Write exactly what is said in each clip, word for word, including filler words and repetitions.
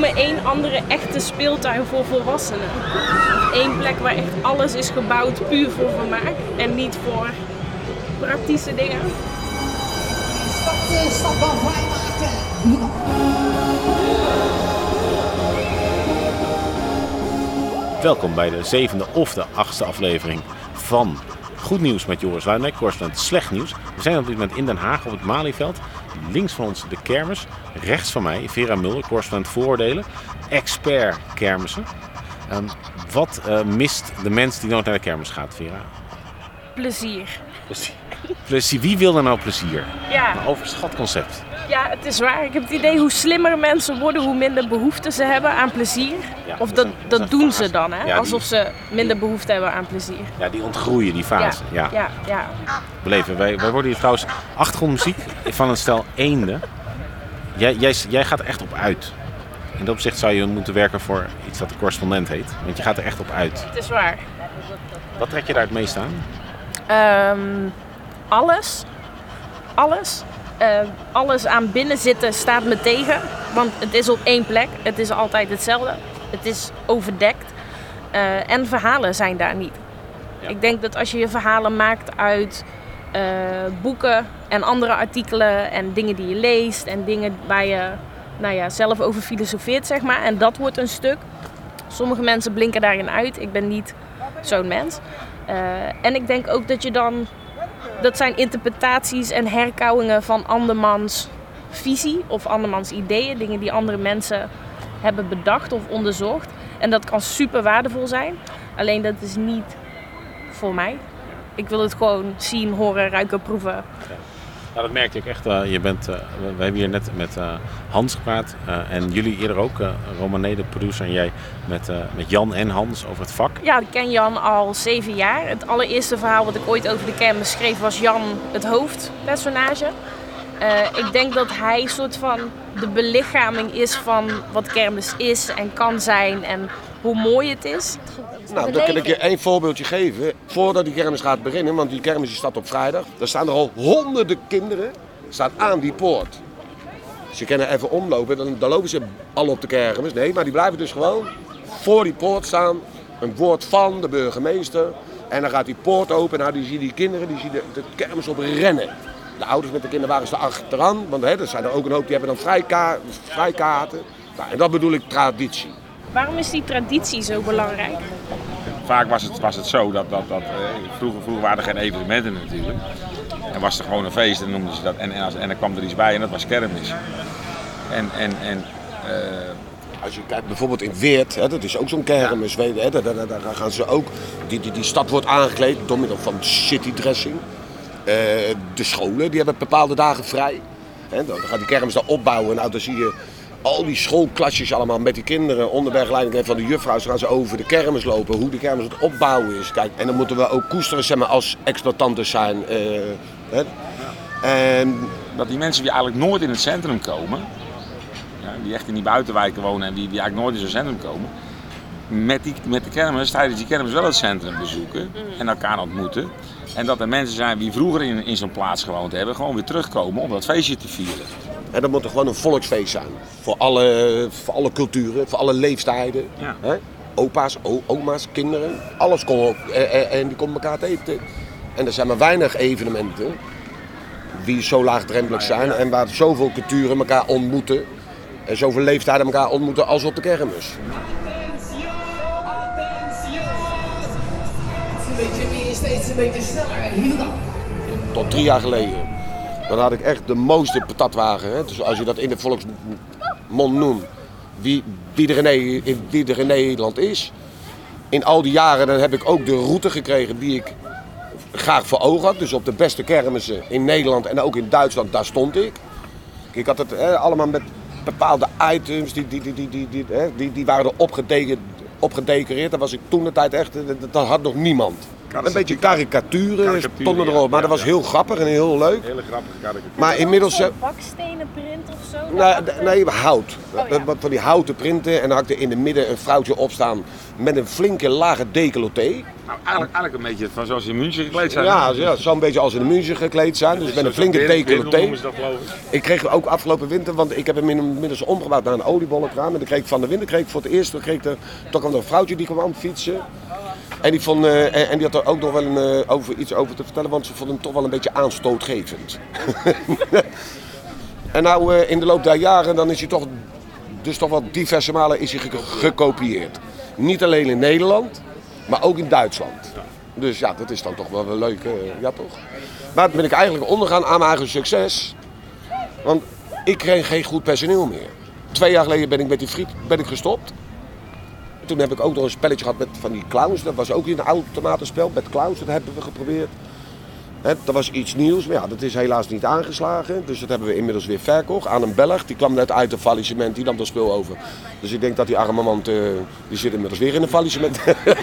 me één andere echte speeltuin voor volwassenen. Eén plek waar echt alles is gebouwd puur voor vermaak en niet voor praktische dingen. Stap, stapbaan vrijmaken. Welkom bij de zevende of de achtste aflevering van Goed Nieuws met Joris Luijendijk, correspondent Slecht Nieuws. We zijn op dit moment in Den Haag op het Malieveld. Links van ons de kermis, rechts van mij Vera Mulder, correspondent vooroordelen, expert kermissen. Um, wat uh, mist de mens die nooit naar de kermis gaat, Vera? Plezier. Plezier. Plezier. Wie wil er nou plezier? Ja. Een overschat concept. Ja, het is waar. Ik heb het idee hoe slimmer mensen worden, hoe minder behoefte ze hebben aan plezier. Ja, of dat, dat, dat, dat doen fase. Ze dan, hè? Ja, alsof die, ze minder behoefte hebben aan plezier. Ja, die ontgroeien, die fase. Ja, ja, ja. ja. Beleven. Wij, wij worden hier trouwens achtergrondmuziek van een stel eenden. Jij, jij, jij gaat er echt op uit. In dat opzicht zou je moeten werken voor iets dat de correspondent heet. Want je gaat er echt op uit. Het is waar. Wat trek je daar het meest aan? Um, alles. Alles. Uh, alles aan binnen zitten staat me tegen. Want het is op één plek. Het is altijd hetzelfde. Het is overdekt. Uh, en verhalen zijn daar niet. Ja. Ik denk dat als je je verhalen maakt uit uh, boeken en andere artikelen en dingen die je leest en dingen waar je nou ja, zelf over filosofeert, zeg maar. En dat wordt een stuk. Sommige mensen blinken daarin uit. Ik ben niet zo'n mens. Uh, en ik denk ook dat je dan... Dat zijn interpretaties en herkauwingen van andermans visie of andermans ideeën. Dingen die andere mensen hebben bedacht of onderzocht. En dat kan super waardevol zijn. Alleen dat is niet voor mij. Ik wil het gewoon zien, horen, ruiken, proeven. Ja. Nou, dat merkte ik echt. Uh, je bent, uh, we hebben hier net met uh, Hans gepraat. Uh, en jullie eerder ook. Uh, Romané, de producer, en jij met, uh, met Jan en Hans over het vak. Ja, ik ken Jan al zeven jaar. Het allereerste verhaal wat ik ooit over de kermis schreef was Jan het hoofdpersonage. Uh, ik denk dat hij een soort van de belichaming is van wat kermis is en kan zijn en hoe mooi het is. Nou, dan kan ik je één voorbeeldje geven. Voordat die kermis gaat beginnen, want die kermis die staat op vrijdag. Dan staan er al honderden kinderen staan aan die poort. Als je kan er even omlopen, dan, dan lopen ze al op de kermis. Nee, maar die blijven dus gewoon voor die poort staan. Een woord van de burgemeester. En dan gaat die poort open. Nou, die zie je die kinderen, die zie je de, de kermis op rennen. De ouders met de kinderwagens er achteraan. Want hè, er zijn er ook een hoop, die hebben dan vrijka- vrijkaarten. Nou, en dat bedoel ik traditie. Waarom is die traditie zo belangrijk? Vaak was het, was het zo dat, dat, dat eh, vroeger, vroeger waren er geen evenementen natuurlijk. En was er gewoon een feest en noemden ze dat. En, en, als, en er kwam er iets bij en dat was kermis. En, en, en, uh... Als je kijkt bijvoorbeeld in Weert, hè, dat is ook zo'n kermis. Ja. Hè, daar, daar, daar gaan ze ook, die, die, die stad wordt aangekleed door middel van citydressing. Uh, de scholen die hebben bepaalde dagen vrij. Hè, dan gaat die kermis daar opbouwen. Nou, dan zie je al die schoolklasjes allemaal met die kinderen onder begeleiding van de juffrouw. Ze gaan ze over de kermis lopen, hoe de kermis het opbouwen is. Kijk, en dan moeten we ook koesteren, zeg maar, als exploitanten zijn. Uh, hè. Ja. En dat die mensen die eigenlijk nooit in het centrum komen, ja, die echt in die buitenwijken wonen en die, die eigenlijk nooit in zo'n centrum komen, met, die, met de kermis, tijdens die kermis wel het centrum bezoeken en elkaar ontmoeten. En dat er mensen zijn die vroeger in, in zo'n plaats gewoond hebben, gewoon weer terugkomen om dat feestje te vieren. En dat moet er gewoon een volksfeest zijn. Voor alle, voor alle culturen, voor alle leeftijden. Ja. Hè? Opa's, oma's, kinderen. Alles komt op en, en die komen elkaar tegen. En er zijn maar weinig evenementen die zo laagdrempelig zijn. En waar zoveel culturen elkaar ontmoeten. En zoveel leeftijden elkaar ontmoeten als op de kermis. Een beetje meer, steeds een beetje sneller. Hier dan. Tot drie jaar geleden. Dan had ik echt de mooiste patatwagen. Hè? Dus als je dat in de volksmond noemt, wie, wie, er in, wie er in Nederland is. In al die jaren dan heb ik ook de route gekregen die ik graag voor ogen had. Dus op de beste kermissen in Nederland en ook in Duitsland, daar stond ik. Ik had het hè, allemaal met bepaalde items, die, die, die, die, die, die, die, die waren er opgedeke, opgedecoreerd. Dat was ik toen de tijd echt, dat had nog niemand. Een beetje karikaturen Karikaturen, stonden ja. erop, maar Ja, dat was ja. heel grappig en heel leuk. Hele grappige karikatuur. Maar inmiddels... eh, bakstenen print of zo? Nee, daarachter? nee, hout. Oh, ja. Wat van die houten printen en dan had ik er in het midden een vrouwtje op staan met een flinke lage decolleté. Nou, eigenlijk, eigenlijk een beetje van zoals in München gekleed zijn. Ja, ja zo'n beetje als in de München gekleed zijn, dus met een flinke decolleté. noemen ze dat, geloof ik. Ik kreeg ook afgelopen winter, want ik heb hem inmiddels omgebouwd naar een oliebollenkraam. En dan kreeg ik van de winter kreeg ik voor het eerst, dan kreeg ik er, toch kwam er een vrouwtje die kwam aan fietsen. En die, vond, uh, en, en die had er ook nog wel een, uh, over, iets over te vertellen, want ze vond hem toch wel een beetje aanstootgevend. En nou uh, in de loop der jaren dan is hij toch, dus toch wel diverse malen is hij ge- gekopieerd. Niet alleen in Nederland, maar ook in Duitsland. Dus ja, dat is dan toch wel wel leuk, uh, ja toch? Maar toen ben ik eigenlijk ondergaan aan mijn eigen succes. Want ik kreeg geen goed personeel meer. Twee jaar geleden ben ik met die friet ben ik gestopt. Toen heb ik ook nog een spelletje gehad met van die clowns. Dat was ook een automatenspel met clowns. Dat hebben we geprobeerd. He, dat was iets nieuws, maar ja, dat is helaas niet aangeslagen. Dus dat hebben we inmiddels weer verkocht aan een Belg. Die kwam net uit een faillissement, die nam dat spul over. Dus ik denk dat die arme man, uh, die zit inmiddels weer in een faillissement.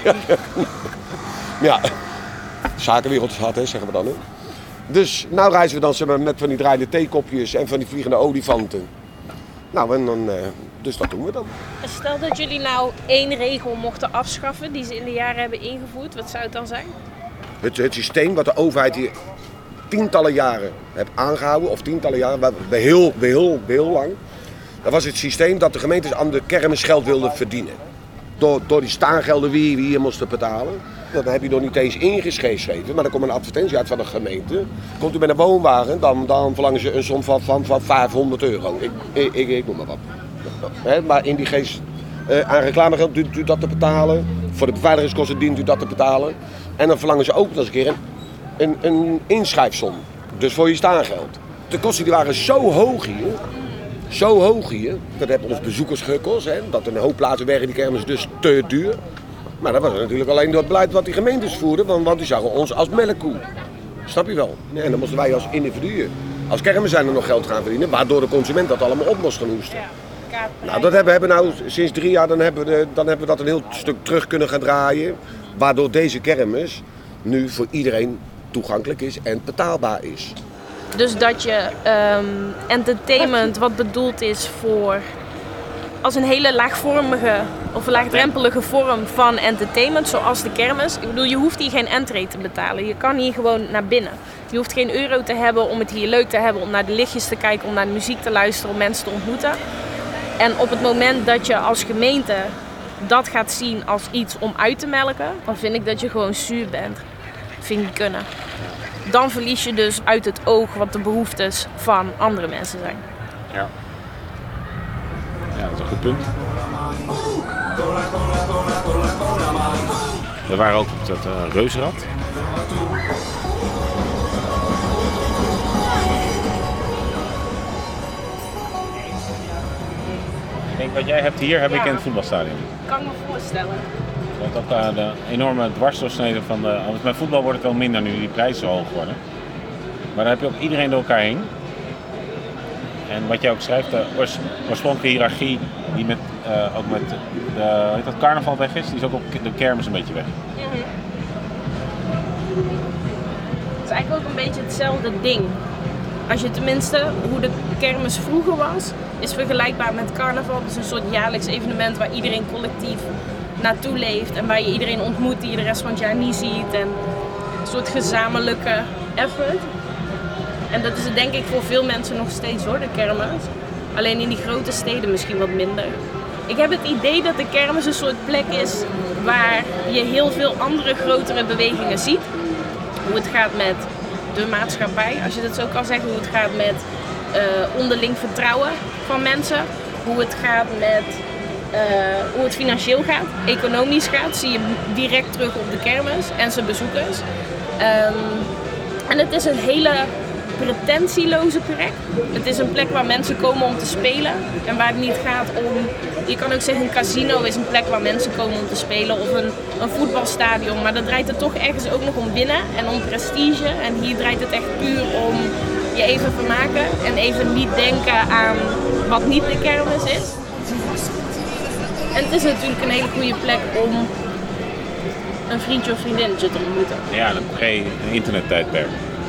Ja, zakenwereld is hard, hè, zeggen we dan. Hè. Dus nu reizen we dan zeg maar, met van die draaiende theekopjes en van die vliegende olifanten. Nou, en dan, uh, dus dat doen we dan. Stel dat jullie nou één regel mochten afschaffen die ze in de jaren hebben ingevoerd, wat zou het dan zijn? Het, het systeem wat de overheid hier tientallen jaren heeft aangehouden, of tientallen jaren, bij heel, bij heel, bij heel lang. Dat was het systeem dat de gemeentes aan de kermis geld wilden verdienen. Door, door die staangelden die we hier moesten betalen. Dan heb je nog niet eens ingeschreven, maar dan komt een advertentie uit van de gemeente. Komt u met een woonwagen, dan, dan verlangen ze een som van, van, van vijfhonderd euro. Ik, ik, ik, ik noem maar wat. He, maar in die geest uh, aan reclamegeld dient u dat te betalen. Voor de beveiligingskosten dient u dat te betalen. En dan verlangen ze ook nog eens een keer een, een, een inschrijfsom. Dus voor je staangeld. De kosten die waren zo hoog hier. Zo hoog hier. Dat heeft ons bezoekers gekost. Hè, dat een hoop plaatsen weg in die kermis dus te duur. Maar dat was natuurlijk alleen door het beleid wat die gemeentes voerden. Want, want die zagen ons als melkkoe. Snap je wel? En dan moesten wij als individuen, als kermis zijn er nog geld gaan verdienen. Waardoor de consument dat allemaal op moest gaan hoesten. Ja, nou, dat hebben we nou sinds drie jaar, dan hebben, we de, dan hebben we dat een heel stuk terug kunnen gaan draaien. Waardoor deze kermis nu voor iedereen toegankelijk is en betaalbaar is. Dus dat je um, entertainment wat bedoeld is voor als een hele laagvormige of laagdrempelige vorm van entertainment, zoals de kermis. Ik bedoel, je hoeft hier geen entree te betalen. Je kan hier gewoon naar binnen. Je hoeft geen euro te hebben om het hier leuk te hebben, om naar de lichtjes te kijken, om naar de muziek te luisteren, om mensen te ontmoeten. En op het moment dat je als gemeente dat gaat zien als iets om uit te melken, dan vind ik dat je gewoon zuur bent. Dat vind ik niet kunnen. Dan verlies je dus uit het oog wat de behoeftes van andere mensen zijn. Ja. Ja, dat is een goed punt. We waren ook op dat uh, reuzenrad. Ik denk wat jij hebt hier, heb Ja. ik in het voetbalstadion. Kan ik me voorstellen. Want ook uh, de enorme dwarsdoorsnede van de... Want met voetbal wordt het wel minder nu die prijzen zo hoog worden. Maar dan heb je ook iedereen door elkaar heen. En wat jij ook schrijft, de oors, oorspronkelijke hiërarchie die met, uh, ook met de, hoe heet dat, carnaval weg is, die is ook op de kermis een beetje weg. Mm-hmm. Het is eigenlijk ook een beetje hetzelfde ding. Als je tenminste, hoe de kermis vroeger was, is vergelijkbaar met carnaval. Dus een soort jaarlijks evenement waar iedereen collectief naartoe leeft en waar je iedereen ontmoet die je de rest van het jaar niet ziet. En een soort gezamenlijke effort. En dat is het denk ik voor veel mensen nog steeds hoor, de kermis. Alleen in die grote steden misschien wat minder. Ik heb het idee dat de kermis een soort plek is waar je heel veel andere grotere bewegingen ziet. Hoe het gaat met de maatschappij, als je dat zo kan zeggen. Hoe het gaat met uh, onderling vertrouwen van mensen. Hoe het gaat met uh, hoe het financieel gaat, economisch gaat. Zie je direct terug op de kermis en zijn bezoekers. Um, en het is een hele pretentieloze plek. Het is een plek waar mensen komen om te spelen en waar het niet gaat om... Je kan ook zeggen een casino is een plek waar mensen komen om te spelen of een, een voetbalstadion. Maar dan draait het toch ergens ook nog om winnen en om prestige. En hier draait het echt puur om je even vermaken en even niet denken aan wat niet de kermis is. En het is natuurlijk een hele goede plek om een vriendje of vriendinnetje te ontmoeten. Ja, een pre-internettijdperk.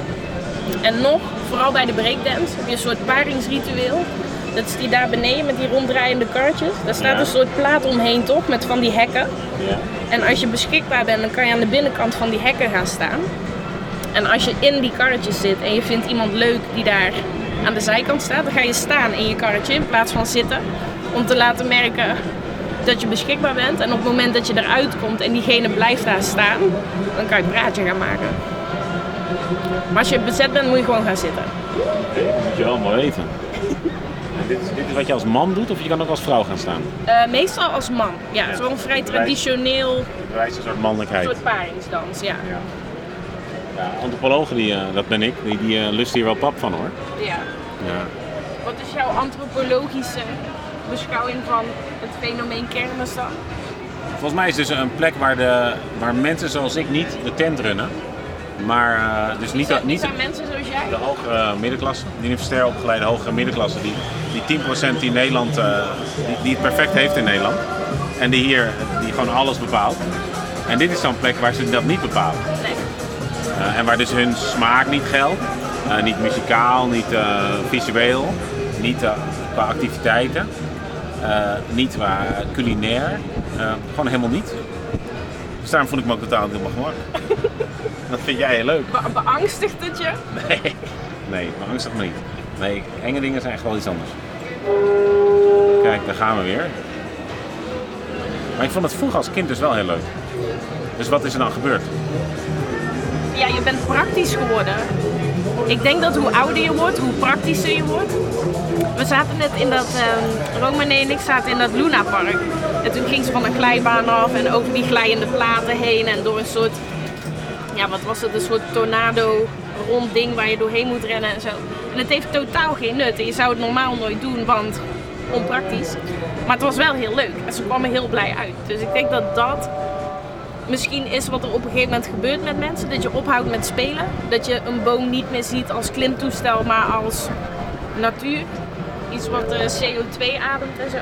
En nog, vooral bij de breakdance, heb je een soort paringsritueel. Dat is die daar beneden met die ronddraaiende karretjes. Daar staat Ja. een soort plaat omheen toch, met van die hekken. Ja. En als je beschikbaar bent, dan kan je aan de binnenkant van die hekken gaan staan. En als je in die karretjes zit en je vindt iemand leuk die daar aan de zijkant staat, dan ga je staan in je karretje in plaats van zitten. Om te laten merken dat je beschikbaar bent. En op het moment dat je eruit komt en diegene blijft daar staan, dan kan je het praatje gaan maken. Maar als je bezet bent, moet je gewoon gaan zitten. Dat moet je wel maar weten. En dit, is, dit is wat je als man doet of je kan ook als vrouw gaan staan? Uh, meestal als man. Ja, het is wel een vrij traditioneel Het bewijst een soort mannelijkheid. soort paringsdans. Ja. Ja. Ja, antropologen, die, uh, dat ben ik, die, die uh, lusten hier wel pap van hoor. Ja. Ja. Wat is jouw antropologische beschouwing van het fenomeen kermis dan? Volgens mij is het dus een plek waar, de, waar mensen zoals ik niet de tent runnen. Maar uh, dus niet, Zijn, niet zijn mensen zoals jij? de hogere middenklasse, de universitair opgeleide hogere middenklasse, die, die tien procent die Nederland, uh, die, die het perfect heeft in Nederland. En die hier, die gewoon alles bepaalt. En dit is zo'n plek waar ze dat niet bepalen. Nee. Uh, en waar dus hun smaak niet geldt. Uh, niet muzikaal, niet uh, visueel, niet uh, qua activiteiten, uh, niet qua culinair. Uh, gewoon helemaal niet. Dus daarom voel ik me ook totaal niet op mijn gemak. Dat vind jij heel leuk. Be beangstigt het je? Nee, nee, beangstigt me niet. Nee, enge dingen zijn echt wel iets anders. Kijk, daar gaan we weer. Maar ik vond het vroeger als kind dus wel heel leuk. Dus wat is er dan gebeurd? Ja, je bent praktisch geworden. Ik denk dat hoe ouder je wordt, hoe praktischer je wordt. We zaten net in dat, uh, Romane en ik zaten in dat Luna Park. En toen ging ze van een glijbaan af en over die glijende platen heen en door een soort, ja wat was het, een soort tornado rond ding waar je doorheen moet rennen en zo. En het heeft totaal geen nut en je zou het normaal nooit doen, want onpraktisch. Maar het was wel heel leuk en ze kwam er heel blij uit. Dus ik denk dat dat misschien is wat er op een gegeven moment gebeurt met mensen. Dat je ophoudt met spelen. Dat je een boom niet meer ziet als klimtoestel, maar als natuur. Iets wat C O twee ademt en zo.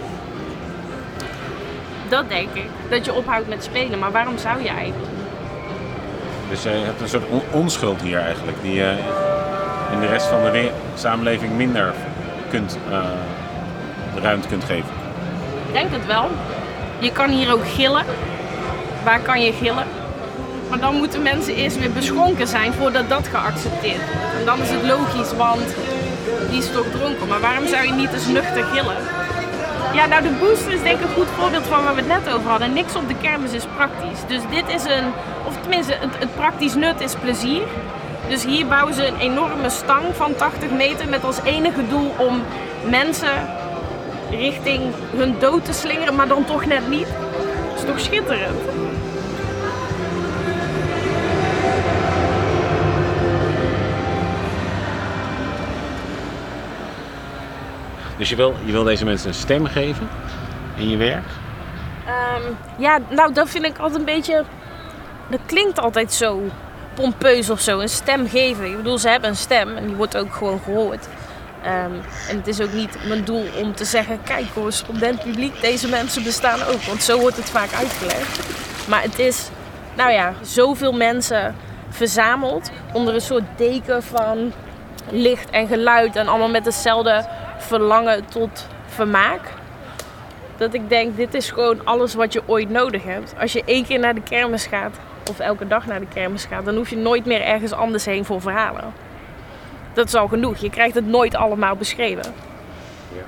Dat denk ik. Dat je ophoudt met spelen. Maar waarom zou je eigenlijk? Dus je hebt een soort on onschuld hier eigenlijk. Die je in de rest van de samenleving minder kunt, uh, ruimte kunt geven. Ik denk het wel. Je kan hier ook gillen. Waar kan je gillen? Maar dan moeten mensen eerst weer beschonken zijn voordat dat geaccepteerd wordt. En dan is het logisch, want die is toch dronken. Maar waarom zou je niet eens nuchter gillen? Ja, nou de booster is denk ik een goed voorbeeld van waar we het net over hadden. Niks op de kermis is praktisch. Dus dit is een, of tenminste het, het praktisch nut is plezier. Dus hier bouwen ze een enorme stang van tachtig meter met als enige doel om mensen richting hun dood te slingeren, maar dan toch net niet. Dat is toch schitterend? Dus je wil, je wil deze mensen een stem geven in je werk? Um, ja, nou dat vind ik altijd een beetje, dat klinkt altijd zo pompeus of zo, een stem geven. Ik bedoel, ze hebben een stem en die wordt ook gewoon gehoord. Um, en het is ook niet mijn doel om te zeggen, kijk correspondent publiek, deze mensen bestaan ook. Want zo wordt het vaak uitgelegd. Maar het is, nou ja, zoveel mensen verzameld onder een soort deken van licht en geluid. En allemaal met hetzelfde verlangen tot vermaak. Dat ik denk, dit is gewoon alles wat je ooit nodig hebt. Als je één keer naar de kermis gaat, of elke dag naar de kermis gaat, dan hoef je nooit meer ergens anders heen voor verhalen. Dat is al genoeg. Je krijgt het nooit allemaal beschreven. Ja.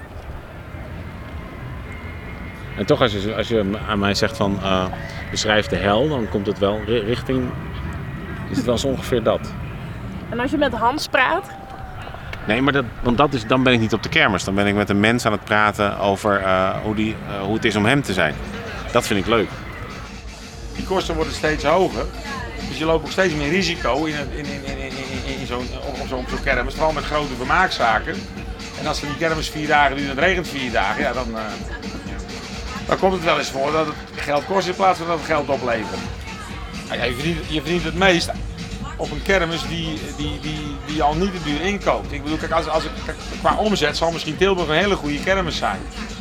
En toch, als je, als je aan mij zegt van uh, beschrijf de hel, dan komt het wel richting, is het wel zo ongeveer dat. En als je met Hans praat? Nee, maar dat, want dat is, dan ben ik niet op de kermis. Dan ben ik met een mens aan het praten over uh, hoe, die, uh, hoe het is om hem te zijn. Dat vind ik leuk. Die kosten worden steeds hoger. Dus je loopt ook steeds meer risico in, in, in, in, in, in zo'n op zo'n zo kermis. Vooral met grote vermaakzaken. En als dan die kermis vier dagen duurt en het regent vier dagen, ja, dan, uh, dan komt het wel eens voor dat het geld kost in plaats van dat het geld oplevert. Nou ja, je, verdient, je verdient het meest op een kermis die, die, die, die al niet te duur inkoopt. Ik bedoel, kijk, als, als ik, qua omzet zal misschien Tilburg een hele goede kermis zijn.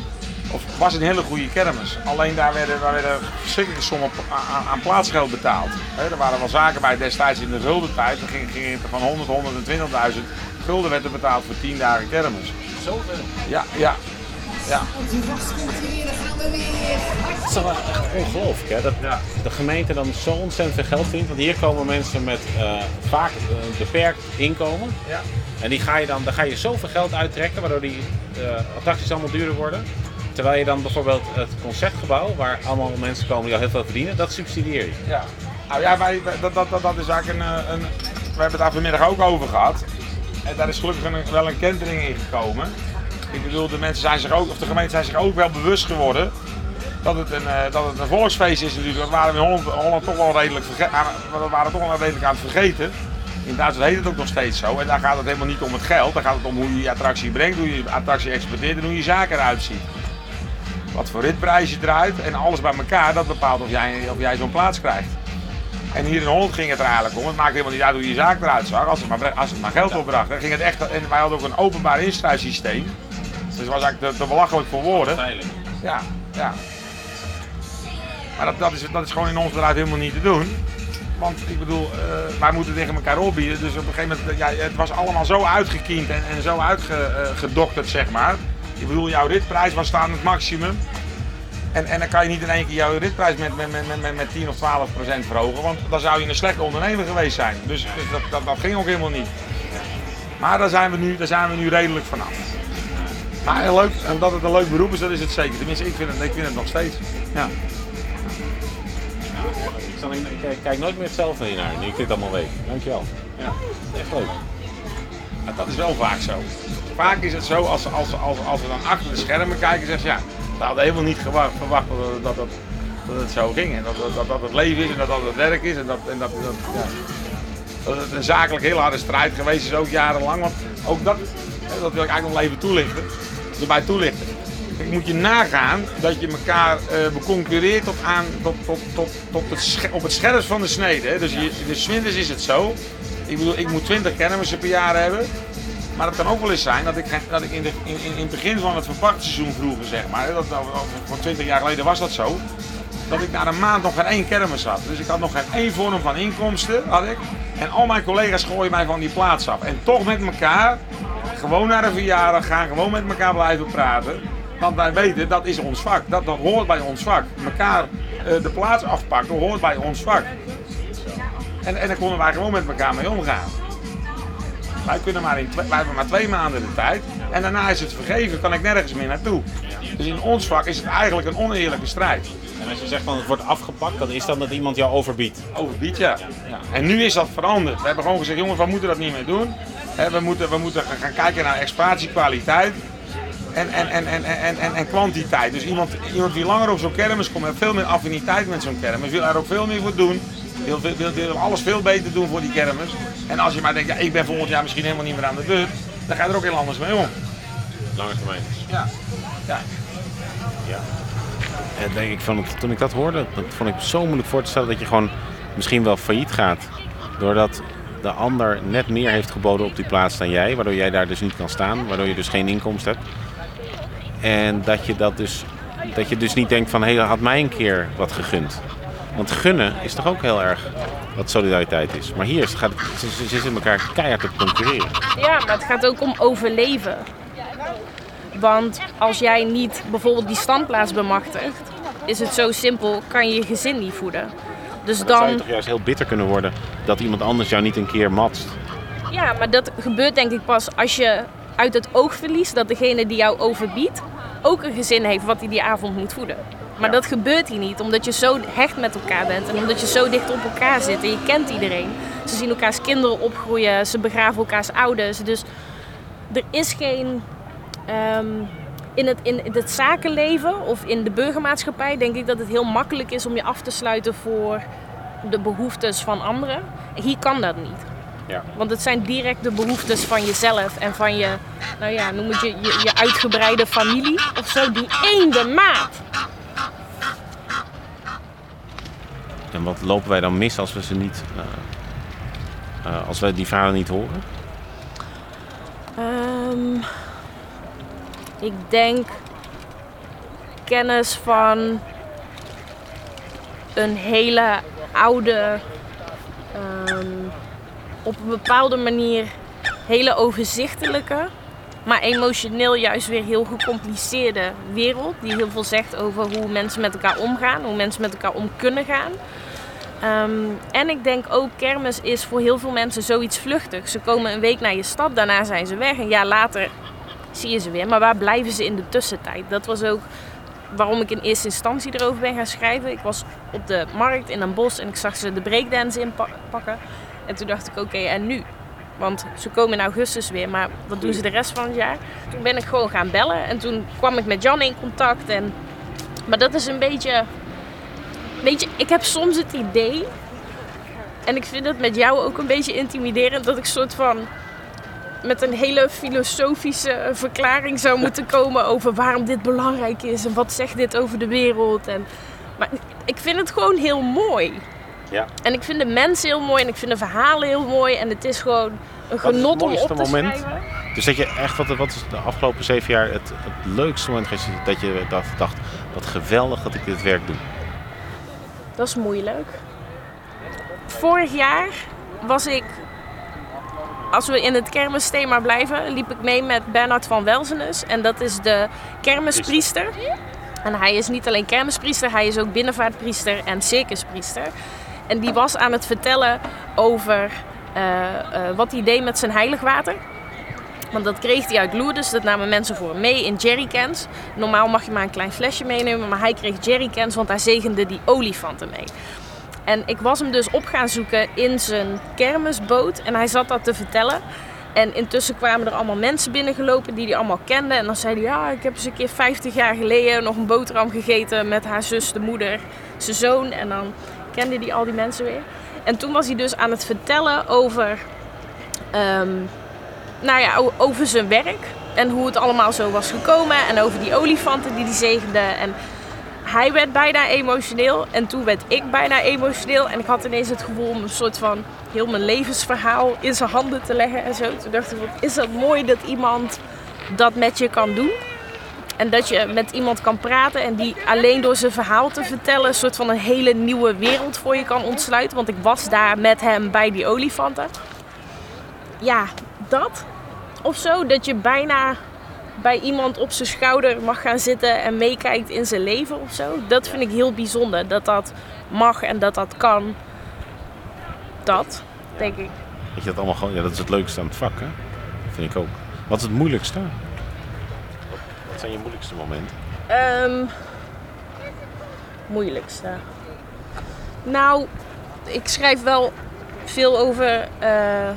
of was een hele goede kermis. Alleen daar werden, daar werden verschrikkelijke sommen aan, aan plaatsgeld betaald. He, er waren wel zaken bij destijds in de gulden-tijd. Dan ging, ging het van honderd, honderdtwintigduizend gulden werd er betaald voor tien dagen kermis. Zoveel? Ja, ja, ja. Als u vast controleren gaan we weer. Het is toch wel echt ongelooflijk, hè? Dat Ja. de gemeente dan zo ontzettend veel geld vindt. Want hier komen mensen met uh, vaak een beperkt inkomen. Ja. En die ga je dan, dan ga je zoveel geld uittrekken, waardoor die uh, attracties allemaal duurder worden. Terwijl je dan bijvoorbeeld het concertgebouw, waar allemaal mensen komen die al heel veel verdienen, dat subsidieer je. Ja, nou ja, wij, dat, dat, dat, dat is eigenlijk een, een... We hebben het daar vanmiddag ook over gehad. En daar is gelukkig een, wel een kentering in gekomen. Ik bedoel, de mensen zijn zich ook, of de gemeente zijn zich ook wel bewust geworden dat het een, uh, dat het een volksfeest is natuurlijk. Dat waren we in Holland, Holland toch wel redelijk, verge- aan, we waren toch wel redelijk aan het vergeten. In Duitsland heet het ook nog steeds zo. En daar gaat het helemaal niet om het geld. Daar gaat het om hoe je je attractie brengt, hoe je je attractie exploiteert en hoe je zaak eruit ziet. Wat voor ritprijs je draait en alles bij elkaar, dat bepaalt of jij, of jij zo'n plaats krijgt. En hier in Holland ging het er eigenlijk om. Het maakt helemaal niet uit hoe je zaak eruit zag, als het maar, als het maar geld opbracht. Dan ging het echt, en wij hadden ook een openbaar inschrijfsysteem. Dus het was eigenlijk te, te belachelijk voor woorden. Veilig. Ja, ja. Maar dat, dat, is, dat is gewoon in ons bedrijf helemaal niet te doen. Want ik bedoel, uh, wij moeten tegen elkaar opbieden. Dus op een gegeven moment, ja, het was allemaal zo uitgekiend en, en zo uitgedokterd, uh, zeg maar. Ik bedoel, jouw ritprijs was staan het maximum. En, en dan kan je niet in één keer jouw ritprijs met, met, met, met, met tien of twaalf procent verhogen. Want dan zou je een slechte ondernemer geweest zijn. Dus, dus dat, dat, dat ging ook helemaal niet. Maar daar zijn we nu, daar zijn we nu redelijk vanaf. Maar heel leuk, en dat het een leuk beroep is, dat is het zeker. Tenminste, ik vind het, ik vind het nog steeds. Ja. Ik, zal, ik kijk nooit meer hetzelfde hiernaar, nu ik dit allemaal weet. Dankjewel. Ja, echt leuk. Ja, dat is wel vaak zo. Vaak is het zo, als, als, als, als we dan achter de schermen kijken, zeggen ze ja, we hadden helemaal niet gewacht, verwacht dat, dat, dat, dat het zo ging. En dat, dat, dat het leven is en dat dat het werk is. En dat, en dat, dat, ja, dat het een zakelijk heel harde strijd geweest is, ook jarenlang. Want ook dat, dat wil ik eigenlijk nog even toelichten, erbij toelichten. Ik moet je nagaan dat je elkaar uh, beconcurreert tot aan, tot, tot, tot, tot het scher- op het scherpst van de snede. Hè. Dus, je, dus 's winters is het zo. Ik bedoel, ik moet twintig kermissen per jaar hebben. Maar het kan ook wel eens zijn dat ik, dat ik in, de, in, in het begin van het verpaktseizoen vroeger, zeg maar, dat, van twintig jaar geleden was dat zo, dat ik na een maand nog geen één kermis had. Dus ik had nog geen één vorm van inkomsten, had ik. En al mijn collega's gooien mij van die plaats af. En toch met elkaar, gewoon naar een verjaardag gaan, gewoon met elkaar blijven praten. Want wij weten, dat is ons vak, dat, dat hoort bij ons vak. Mekaar uh, de plaats afpakken hoort bij ons vak. En, en daar konden wij gewoon met elkaar mee omgaan. Wij, kunnen maar in twee, wij hebben maar twee maanden de tijd en daarna is het vergeven, kan ik nergens meer naartoe. Dus in ons vak is het eigenlijk een oneerlijke strijd. En als je zegt van het wordt afgepakt, dan is dan dat iemand jou overbiedt. Overbiedt, ja. Ja. En nu is dat veranderd. We hebben gewoon gezegd, jongens, we moeten dat niet meer doen. He, we, moeten, we moeten gaan kijken naar exploitatiekwaliteit en, en, en, en, en, en, en kwantiteit. Dus iemand, iemand die langer op zo'n kermis komt, heeft veel meer affiniteit met zo'n kermis, wil er ook veel meer voor doen. Wil, wil, wil, wil alles veel beter doen voor die kermis. En als je maar denkt, ja, ik ben volgend jaar misschien helemaal niet meer aan de beurt, dan ga je er ook heel anders mee om. Lange termijn. Ja. Ja. Ja. En denk ik van het, toen ik dat hoorde, dat vond ik zo moeilijk voor te stellen dat je gewoon misschien wel failliet gaat. Doordat de ander net meer heeft geboden op die plaats dan jij, waardoor jij daar dus niet kan staan, waardoor je dus geen inkomsten hebt. En dat je dat dus, dat je dus niet denkt van, hé, hey, had mij een keer wat gegund. Want gunnen is toch ook heel erg wat solidariteit is. Maar hier gaat het, ze, ze zitten elkaar keihard te concurreren. Ja, maar het gaat ook om overleven. Want als jij niet bijvoorbeeld die standplaats bemachtigt, is het zo simpel, kan je je gezin niet voeden. Dus Dan zou je dan... toch juist heel bitter kunnen worden dat iemand anders jou niet een keer matst. Ja, maar dat gebeurt denk ik pas als je uit het oog verliest dat degene die jou overbiedt ook een gezin heeft wat hij die avond moet voeden. Maar Ja. dat gebeurt hier niet, omdat je zo hecht met elkaar bent en omdat je zo dicht op elkaar zit en je kent iedereen. Ze zien elkaars kinderen opgroeien, ze begraven elkaars ouders. Dus er is geen... Um, in, het, in het zakenleven of in de burgermaatschappij denk ik dat het heel makkelijk is om je af te sluiten voor de behoeftes van anderen. Hier kan dat niet. Ja. Want het zijn direct de behoeftes van jezelf en van je, nou ja, noem het je, je, je uitgebreide familie of zo, die eende maat. En wat lopen wij dan mis als we ze niet, uh, uh, als wij die verhalen niet horen? Um, ik denk kennis van een hele oude, um, op een bepaalde manier hele overzichtelijke, maar emotioneel juist weer heel gecompliceerde wereld. Die heel veel zegt over hoe mensen met elkaar omgaan, hoe mensen met elkaar om kunnen gaan. Um, en ik denk ook, kermis is voor heel veel mensen zoiets vluchtigs. Ze komen een week naar je stad, daarna zijn ze weg. Een jaar later zie je ze weer. Maar waar blijven ze in de tussentijd? Dat was ook waarom ik in eerste instantie erover ben gaan schrijven. Ik was op de markt in een bos en ik zag ze de breakdance inpakken. En toen dacht ik, oké, okay, en nu? Want ze komen in augustus weer, maar wat doen ze de rest van het jaar? Toen ben ik gewoon gaan bellen en toen kwam ik met Jan in contact. En... Maar dat is een beetje... Weet je, ik heb soms het idee, en ik vind het met jou ook een beetje intimiderend, dat ik soort van met een hele filosofische verklaring zou moeten komen over waarom dit belangrijk is en wat zegt dit over de wereld. En, maar ik vind het gewoon heel mooi. Ja. En ik vind de mensen heel mooi en ik vind de verhalen heel mooi en het is gewoon een genot om op te moment? schrijven. Dus dat je echt, wat, wat is de afgelopen zeven jaar het, het leukste moment dat je dacht, wat geweldig dat ik dit werk doe? Dat is moeilijk. Vorig jaar was ik, als we in het kermisthema blijven, liep ik mee met Bernard van Welzenus. En dat is de kermispriester. En hij is niet alleen kermispriester, hij is ook binnenvaartpriester en circuspriester. En die was aan het vertellen over uh, uh, wat hij deed met zijn heilig water. Want dat kreeg hij uit Lourdes, dat namen mensen voor hem mee in jerrycans. Normaal mag je maar een klein flesje meenemen, maar hij kreeg jerrycans, want daar zegende die olifanten mee. En ik was hem dus op gaan zoeken in zijn kermisboot en hij zat dat te vertellen. En intussen kwamen er allemaal mensen binnengelopen die hij allemaal kende. En dan zei hij, ja, ik heb eens een keer vijftig jaar geleden nog een boterham gegeten met haar zus, de moeder, zijn zoon. En dan kende hij al die mensen weer. En toen was hij dus aan het vertellen over... Um, Nou ja, over zijn werk en hoe het allemaal zo was gekomen en over die olifanten die hij zegende. En hij werd bijna emotioneel en toen werd ik bijna emotioneel. En ik had ineens het gevoel om een soort van heel mijn levensverhaal in zijn handen te leggen en zo. Toen dacht ik, wat is dat mooi dat iemand dat met je kan doen. En dat je met iemand kan praten en die alleen door zijn verhaal te vertellen een soort van een hele nieuwe wereld voor je kan ontsluiten. Want ik was daar met hem bij die olifanten. Ja, dat of zo, dat je bijna bij iemand op zijn schouder mag gaan zitten en meekijkt in zijn leven of zo. Dat vind ik heel bijzonder, dat dat mag en dat dat kan. Dat, denk ik. Dat je dat allemaal gewoon, ja, dat is het leukste aan het vak, hè? Dat vind ik ook. Wat is het moeilijkste? Wat zijn je moeilijkste momenten? Um, moeilijkste? Nou, ik schrijf wel veel over... Uh,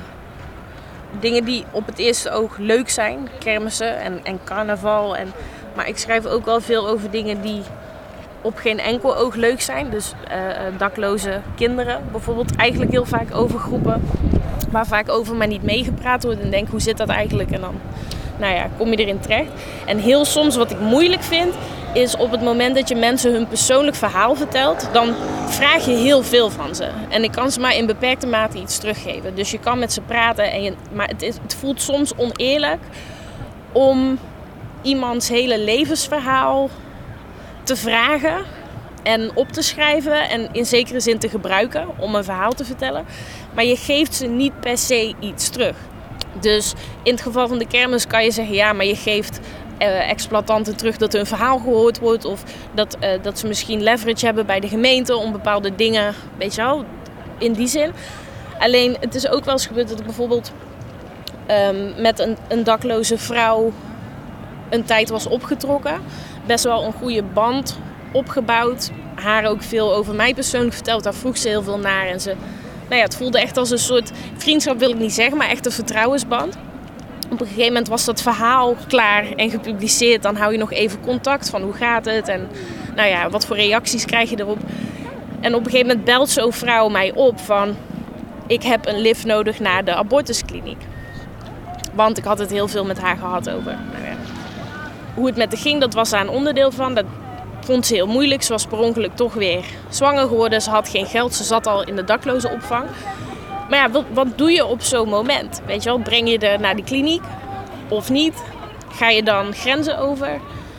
dingen die op het eerste oog leuk zijn, kermissen en, en carnaval. En, maar ik schrijf ook wel veel over dingen die op geen enkel oog leuk zijn. Dus uh, dakloze kinderen bijvoorbeeld. Eigenlijk heel vaak over groepen waar vaak over maar niet meegepraat wordt. En denk, hoe zit dat eigenlijk? En dan nou ja, kom je erin terecht. En heel soms wat ik moeilijk vind, is op het moment dat je mensen hun persoonlijk verhaal vertelt, dan vraag je heel veel van ze. En ik kan ze maar in beperkte mate iets teruggeven. Dus je kan met ze praten, en je, maar het, is, het voelt soms oneerlijk om iemands hele levensverhaal te vragen en op te schrijven en in zekere zin te gebruiken om een verhaal te vertellen. Maar je geeft ze niet per se iets terug. Dus in het geval van de kermis kan je zeggen, ja, maar je geeft uh, exploitanten terug dat hun verhaal gehoord wordt. Of dat, uh, dat ze misschien leverage hebben bij de gemeente om bepaalde dingen, weet je wel, in die zin. Alleen, het is ook wel eens gebeurd dat ik bijvoorbeeld um, met een, een dakloze vrouw een tijd was opgetrokken. Best wel een goede band opgebouwd. Haar ook veel over mij persoonlijk verteld. Daar vroeg ze heel veel naar. En ze, nou ja, het voelde echt als een soort vriendschap, wil ik niet zeggen, maar echt een vertrouwensband. Op een gegeven moment was dat verhaal klaar en gepubliceerd. Dan hou je nog even contact van hoe gaat het en nou ja, wat voor reacties krijg je erop. En op een gegeven moment belt zo'n vrouw mij op van, ik heb een lift nodig naar de abortuskliniek. Want ik had het heel veel met haar gehad over nou ja, hoe het met haar ging. Dat was daar een onderdeel van. Dat vond ze heel moeilijk. Ze was per ongeluk toch weer zwanger geworden. Ze had geen geld. Ze zat al in de daklozenopvang. Maar ja, wat, wat doe je op zo'n moment? Weet je wel, breng je er naar die kliniek of niet? Ga je dan grenzen over?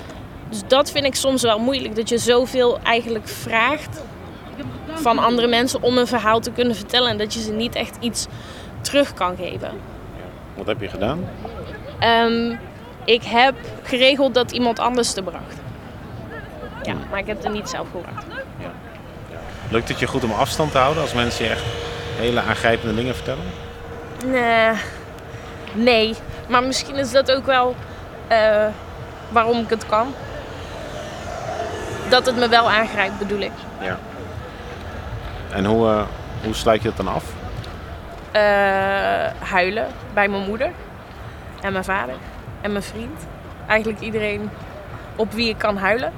Dus dat vind ik soms wel moeilijk. Dat je zoveel eigenlijk vraagt van andere mensen om een verhaal te kunnen vertellen. En dat je ze niet echt iets terug kan geven. Wat heb je gedaan? Um, ik heb geregeld dat iemand anders het bracht. Ja, maar ik heb het er niet zelf gebracht. Ja. Lukt het je goed om afstand te houden als mensen je echt hele aangrijpende dingen vertellen? Nee, nee. Maar misschien is dat ook wel uh, waarom ik het kan. Dat het me wel aangrijpt, bedoel ik. Ja. En hoe, uh, hoe sluit je dat dan af? Uh, huilen bij mijn moeder en mijn vader en mijn vriend. Eigenlijk iedereen op wie ik kan huilen.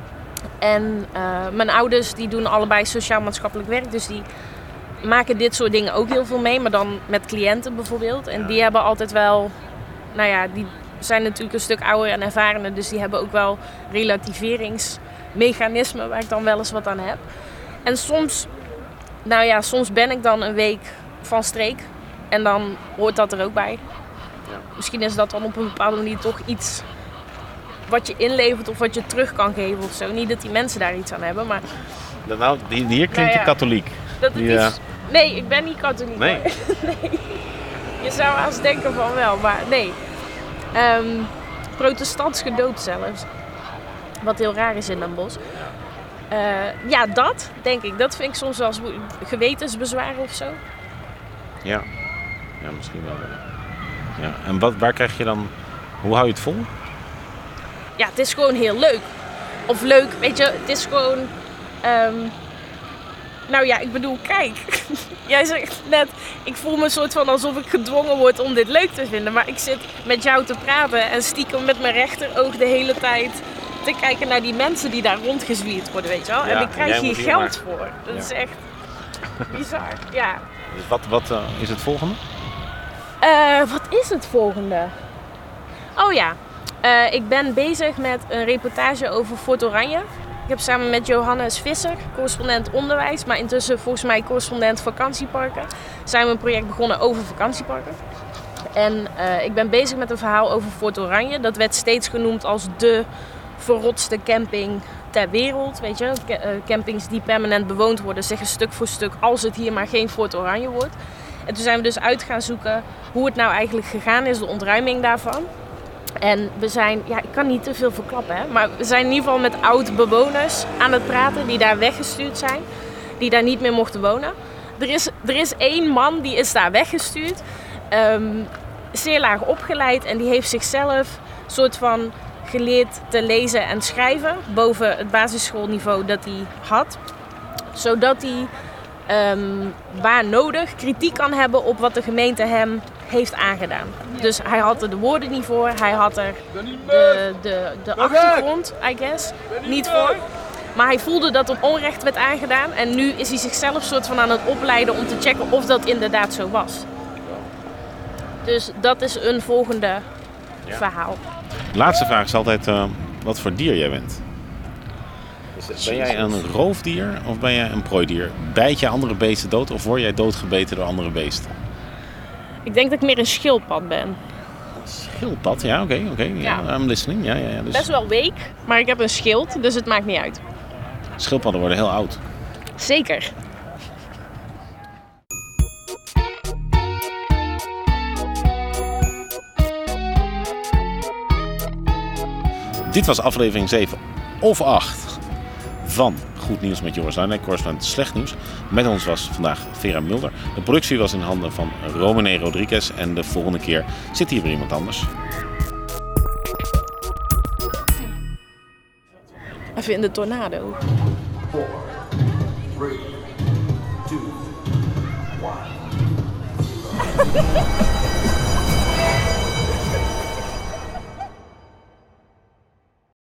En uh, mijn ouders die doen allebei sociaal-maatschappelijk werk. Dus die maken dit soort dingen ook heel veel mee. Maar dan met cliënten bijvoorbeeld. En die hebben altijd wel... Nou ja, die zijn natuurlijk een stuk ouder en ervarener. Dus die hebben ook wel relativeringsmechanismen waar ik dan wel eens wat aan heb. En soms... Nou ja, soms ben ik dan een week van streek. En dan hoort dat er ook bij. Ja. Misschien is dat dan op een bepaalde manier toch iets... wat je inlevert of wat je terug kan geven of zo. Niet dat die mensen daar iets aan hebben, maar... Nou, hier klinkt nou ja, je katholiek. Dat die, is... uh... Nee, ik ben niet katholiek. Nee. nee. Je zou haast denken van wel, maar nee. Um, protestants gedoopt zelfs. Wat heel raar is in Den Bosch. Uh, ja, dat denk ik. Dat vind ik soms wel eens gewetensbezwaren of zo. Ja, ja misschien wel. Ja. En wat, waar krijg je dan... Hoe hou je het vol? Ja, het is gewoon heel leuk. Of leuk, weet je, het is gewoon... Um, nou ja, ik bedoel, kijk. Jij zegt net, ik voel me een soort van alsof ik gedwongen word om dit leuk te vinden. Maar ik zit met jou te praten en stiekem met mijn rechteroog de hele tijd te kijken naar die mensen die daar rondgezwierd worden, weet je wel. Ja, en ik krijg hier geld maar... voor. Dat ja. is echt bizar, ja. Dus wat, wat uh, is het volgende? Uh, wat is het volgende? Oh ja. Uh, ik ben bezig met een reportage over Fort Oranje. Ik heb samen met Johannes Visser, correspondent onderwijs, maar intussen volgens mij correspondent vakantieparken, zijn we een project begonnen over vakantieparken. En uh, ik ben bezig met een verhaal over Fort Oranje. Dat werd steeds genoemd als de verrotste camping ter wereld. Weet je, campings die permanent bewoond worden zeggen stuk voor stuk als het hier maar geen Fort Oranje wordt. En toen zijn we dus uit gaan zoeken hoe het nou eigenlijk gegaan is, de ontruiming daarvan. En we zijn, ja, ik kan niet te veel verklappen, hè, maar we zijn in ieder geval met oud-bewoners aan het praten die daar weggestuurd zijn, die daar niet meer mochten wonen. Er is, er is één man die is daar weggestuurd, um, zeer laag opgeleid en die heeft zichzelf soort van geleerd te lezen en schrijven boven het basisschoolniveau dat hij had, zodat hij um, waar nodig kritiek kan hebben op wat de gemeente hem heeft aangedaan. Dus hij had er de woorden niet voor, hij had er de, de, de achtergrond, I guess, niet voor. Maar hij voelde dat er onrecht werd aangedaan en nu is hij zichzelf soort van aan het opleiden om te checken of dat inderdaad zo was. Dus dat is een volgende ja. verhaal. De laatste vraag is altijd uh, wat voor dier jij bent. Dus ben jij een roofdier of ben jij een prooidier? Bijt je andere beesten dood of word jij doodgebeten door andere beesten? Ik denk dat ik meer een schildpad ben. Schildpad? Ja, oké. Okay, okay. ja. ja, I'm listening. Ja, ja, ja, dus... Best wel week, maar ik heb een schild, dus het maakt niet uit. Schildpadden worden heel oud. Zeker. Dit was aflevering zeven of acht van Goed Nieuws met Joris Luijendijk, correspondent Slecht Nieuws. Met ons was vandaag Vera Mulder. De productie was in handen van Romane Rodriguez en de volgende keer zit hier weer iemand anders. Even in de tornado. four, three, two, one